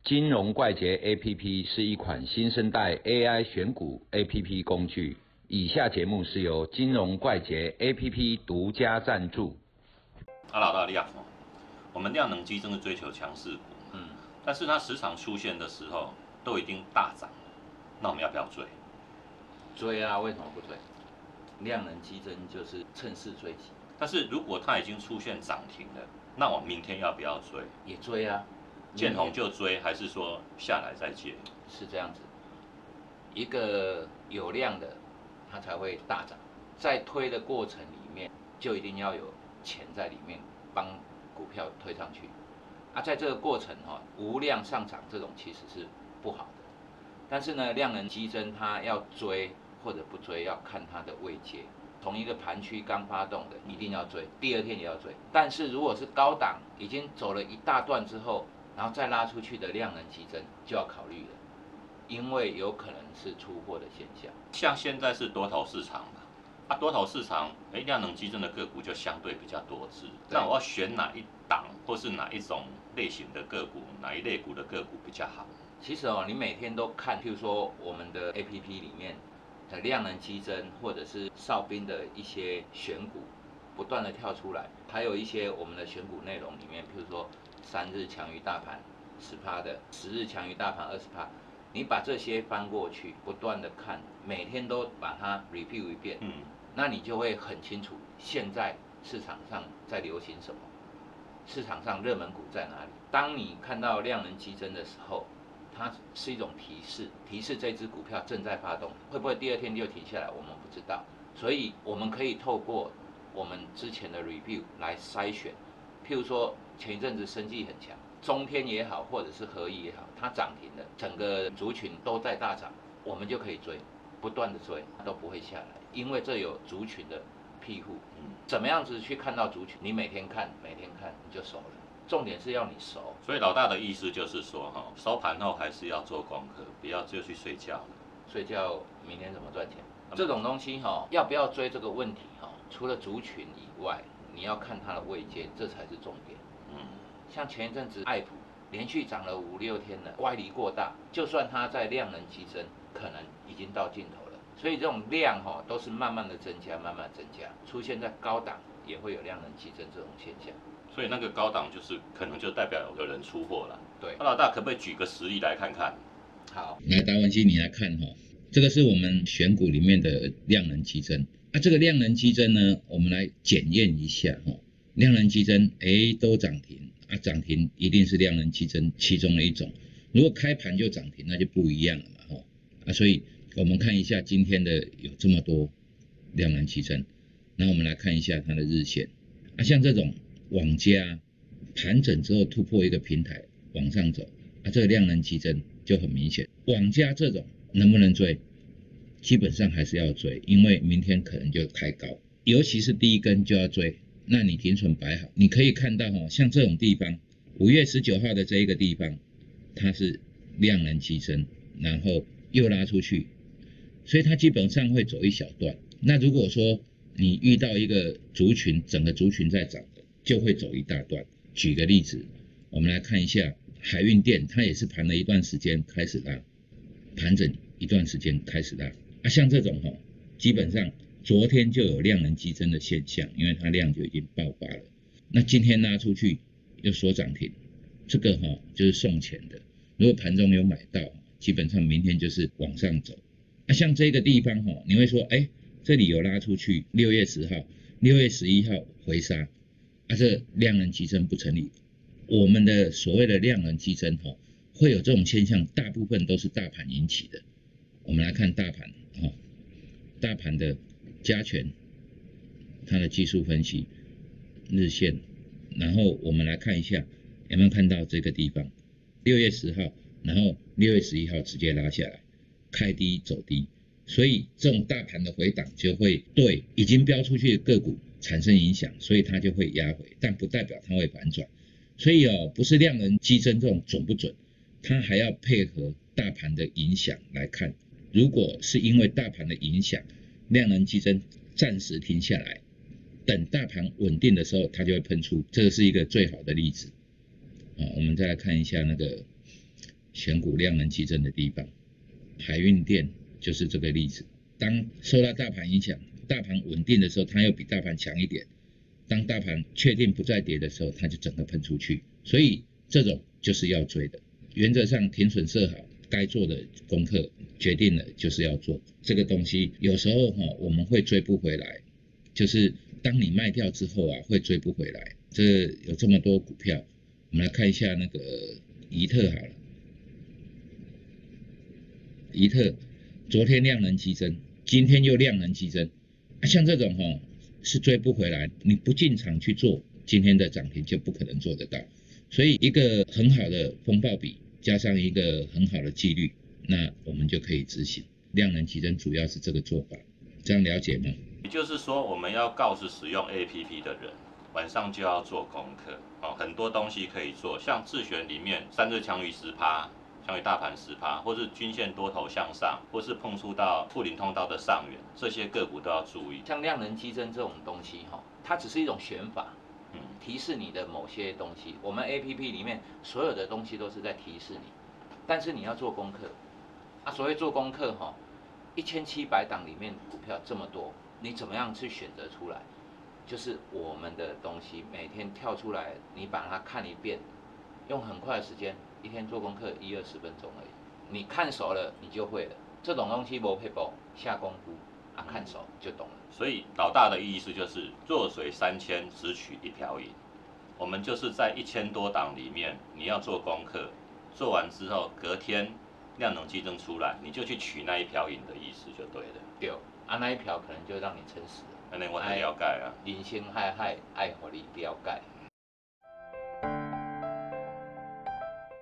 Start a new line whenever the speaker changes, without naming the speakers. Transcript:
金融怪杰 APP 是一款新生代 AI 选股 APP 工具。以下节目是由金融怪杰 APP 独家赞助。
老大你好，我们量能基真是追求强势股，但是它时常出现的时候都已经大涨了，那我们要不要追？
追啊，为什么不追？量能基真就是趁势追击。
但是如果它已经出现涨停了，那我明天要不要追？
也追啊，
见红就追，还是说下来再接？
是这样子。一个有量的，它才会大涨。在推的过程里面，就一定要有钱在里面帮股票推上去。啊，在这个过程无量上涨这种其实是不好的。但是呢，量能基真它要追或者不追，要看它的位阶。从一个盘区刚发动的，一定要追，第二天也要追。但是如果是高档已经走了一大段之后，然后再拉出去的量能基真就要考虑了，因为有可能是出货的现象。
像现在是多头市场嘛，多头市场，量能基真的个股就相对比较多只。那我要选哪一档，或是哪一种类型的个股，哪一类股的个股比较好？
其实你每天都看，譬如说我们的 APP 里面的量能基真，或者是哨兵的一些选股，不断的跳出来，还有一些我们的选股内容里面，譬如说3日强于大盘10%的，10日强于大盘20%，你把这些翻过去，不断的看，每天都把它 review 一遍，那你就会很清楚现在市场上在流行什么，市场上热门股在哪里。当你看到量能基真的时候，它是一种提示这只股票正在发动，会不会第二天就停下来，我们不知道。所以我们可以透过我们之前的 review 来筛选，譬如说前一阵子生技很强，中天也好，或者是合一也好，它涨停了，整个族群都在大涨，我们就可以追，不断的追，都不会下来，因为这有族群的庇护。怎么样子去看到族群？你每天看，每天看，你就熟了。重点是要你熟。
所以老大的意思就是说，收盘后还是要做功课，不要就去睡觉了。
睡觉明天怎么赚钱？这种东西要不要追这个问题除了族群以外，你要看它的位阶，这才是重点。像前一阵子爱普连续涨了5、6天了，乖离过大，就算它在量能激增，可能已经到尽头了。所以这种量都是慢慢的增加，慢慢增加，出现在高档也会有量能激增这种现象。
所以那个高档就是可能就代表有人出货了。
对，
老大可不可以举个实例来看看？
好，
来达文西你来看这个是我们选股里面的量能激增。这个量能激增呢，我们来检验一下量能激增都涨停涨停一定是量能激增其中的一种。如果开盘就涨停，那就不一样了嘛所以我们看一下今天的有这么多量能激增，那我们来看一下它的日线像这种网家盘整之后突破一个平台往上走这个量能激增就很明显。网家这种能不能追？基本上还是要追，因为明天可能就开高，尤其是第一根就要追。那你停损摆好，你可以看到像这种地方5月19号的这一个地方，它是量能激增，然后又拉出去，所以它基本上会走一小段。那如果说你遇到一个族群，整个族群在涨的，就会走一大段。举个例子，我们来看一下海运电，它也是盘了一段时间开始拉，盘整一段时间开始拉像这种基本上昨天就有量能激增的现象，因为它量就已经爆发了。那今天拉出去又说涨停，这个就是送钱的。如果盘中有买到，基本上明天就是往上走像这个地方你会说这里有拉出去，6月10号、6月11号回杀这量能激增不成立。我们的所谓的量能激增会有这种现象，大部分都是大盘引起的。我们来看大盘大盘的加权，它的技术分析日线，然后我们来看一下有没有看到这个地方6月10号，然后6月11号直接拉下来，开低走低，所以这种大盘的回档就会对已经标出去的个股产生影响，所以它就会压回，但不代表它会反转。所以不是量能激增这种准不准，它还要配合大盘的影响来看。如果是因为大盘的影响，量能激增暂时停下来，等大盘稳定的时候，它就会喷出，这个是一个最好的例子我们再来看一下那个选股量能激增的地方。海运电就是这个例子。当受到大盘影响，大盘稳定的时候，它又比大盘强一点；当大盘确定不再跌的时候，它就整个喷出去。所以这种就是要追的。原则上停损设好，该做的功课决定了就是要做。这个东西有时候我们会追不回来，就是当你卖掉之后会追不回来。这有这么多股票，我们来看一下那个怡特好了。怡特昨天量能激增，今天又量能激增，像这种是追不回来，你不进场去做，今天的涨停就不可能做得到。所以一个很好的风暴比，加上一个很好的纪律，那我们就可以执行。量能激增主要是这个做法，这样了解吗？
也就是说，我们要告诉使用 APP 的人，晚上就要做功课很多东西可以做，像自选里面3日强于10%。强于大盘10%，或是均线多头向上，或是碰触到布林通道的上缘，这些个股都要注意。
像量能激增这种东西它只是一种选法，提示你的某些东西。我们 APP 里面所有的东西都是在提示你，但是你要做功课所谓做功课1700档里面股票这么多，你怎么样去选择出来？就是我们的东西每天跳出来，你把它看一遍，用很快的时间。一天做功课1-20分钟而已，你看熟了你就会了。这种东西没撇步，下功夫看熟就懂了。
所以老大的意思就是弱水3000只取1瓢饮。我们就是在1000多档里面，你要做功课，做完之后隔天量能激增出来，你就去取那1瓢饮的意思就对了。
对，那一瓢可能就让你撑死了。
那我很了解啊。
人生海海，爱互你了解。